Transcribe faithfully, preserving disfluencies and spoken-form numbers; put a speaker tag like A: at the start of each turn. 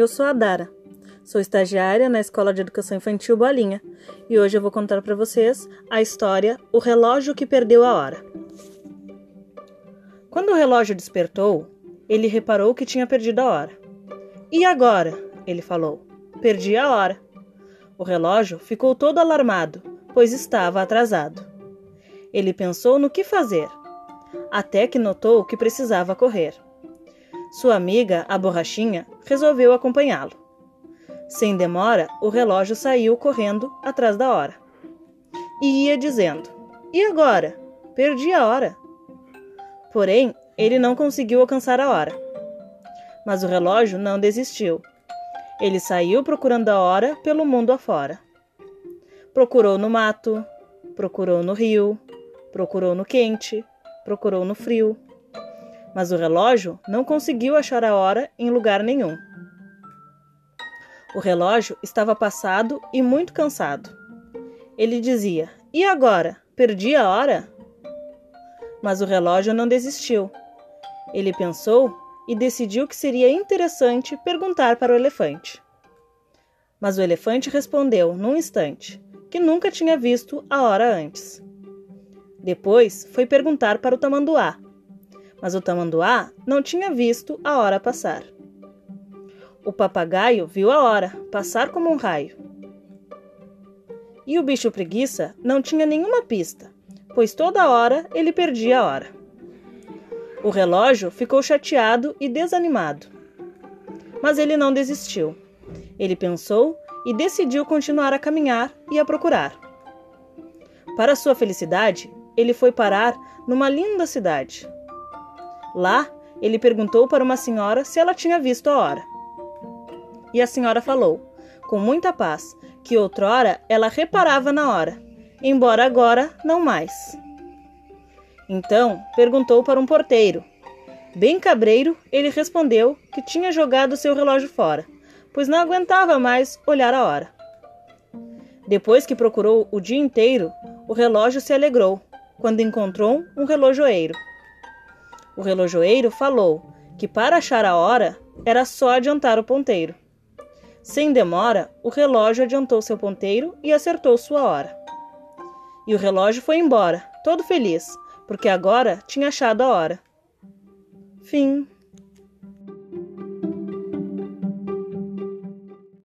A: eu sou a Dara. Sou estagiária na Escola de Educação Infantil Bolinha e hoje eu vou contar para vocês a história O Relógio que Perdeu a Hora. Quando o relógio despertou, ele reparou que tinha perdido a hora. E agora? Ele falou. Perdi a hora. O relógio ficou todo alarmado, pois estava atrasado. Ele pensou no que fazer, até que notou que precisava correr. Sua amiga, a borrachinha, resolveu acompanhá-lo. Sem demora, o relógio saiu correndo atrás da hora. E ia dizendo, e agora? Perdi a hora. Porém, ele não conseguiu alcançar a hora. Mas o relógio não desistiu. Ele saiu procurando a hora pelo mundo afora. Procurou no mato, procurou no rio, procurou no quente, procurou no frio. Mas o relógio não conseguiu achar a hora em lugar nenhum. O relógio estava passado e muito cansado. Ele dizia, e agora? Perdi a hora? Mas o relógio não desistiu. Ele pensou e decidiu que seria interessante perguntar para o elefante. Mas o elefante respondeu, num instante, que nunca tinha visto a hora antes. Depois foi perguntar para o tamanduá, mas o tamanduá não tinha visto a hora passar. O papagaio viu a hora passar como um raio. E o bicho preguiça não tinha nenhuma pista, pois toda hora ele perdia a hora. O relógio ficou chateado e desanimado. Mas ele não desistiu. Ele pensou e decidiu continuar a caminhar e a procurar. Para sua felicidade, ele foi parar numa linda cidade. Lá, ele perguntou para uma senhora se ela tinha visto a hora. E a senhora falou, com muita paz, que outrora ela reparava na hora, embora agora não mais. Então, perguntou para um porteiro. Bem cabreiro, ele respondeu que tinha jogado seu relógio fora, pois não aguentava mais olhar a hora. Depois que procurou o dia inteiro, o relógio se alegrou, quando encontrou um relojoeiro. O relojoeiro falou que para achar a hora era só adiantar o ponteiro. Sem demora, o relógio adiantou seu ponteiro e acertou sua hora. E o relógio foi embora, todo feliz, porque agora tinha achado a hora. Fim.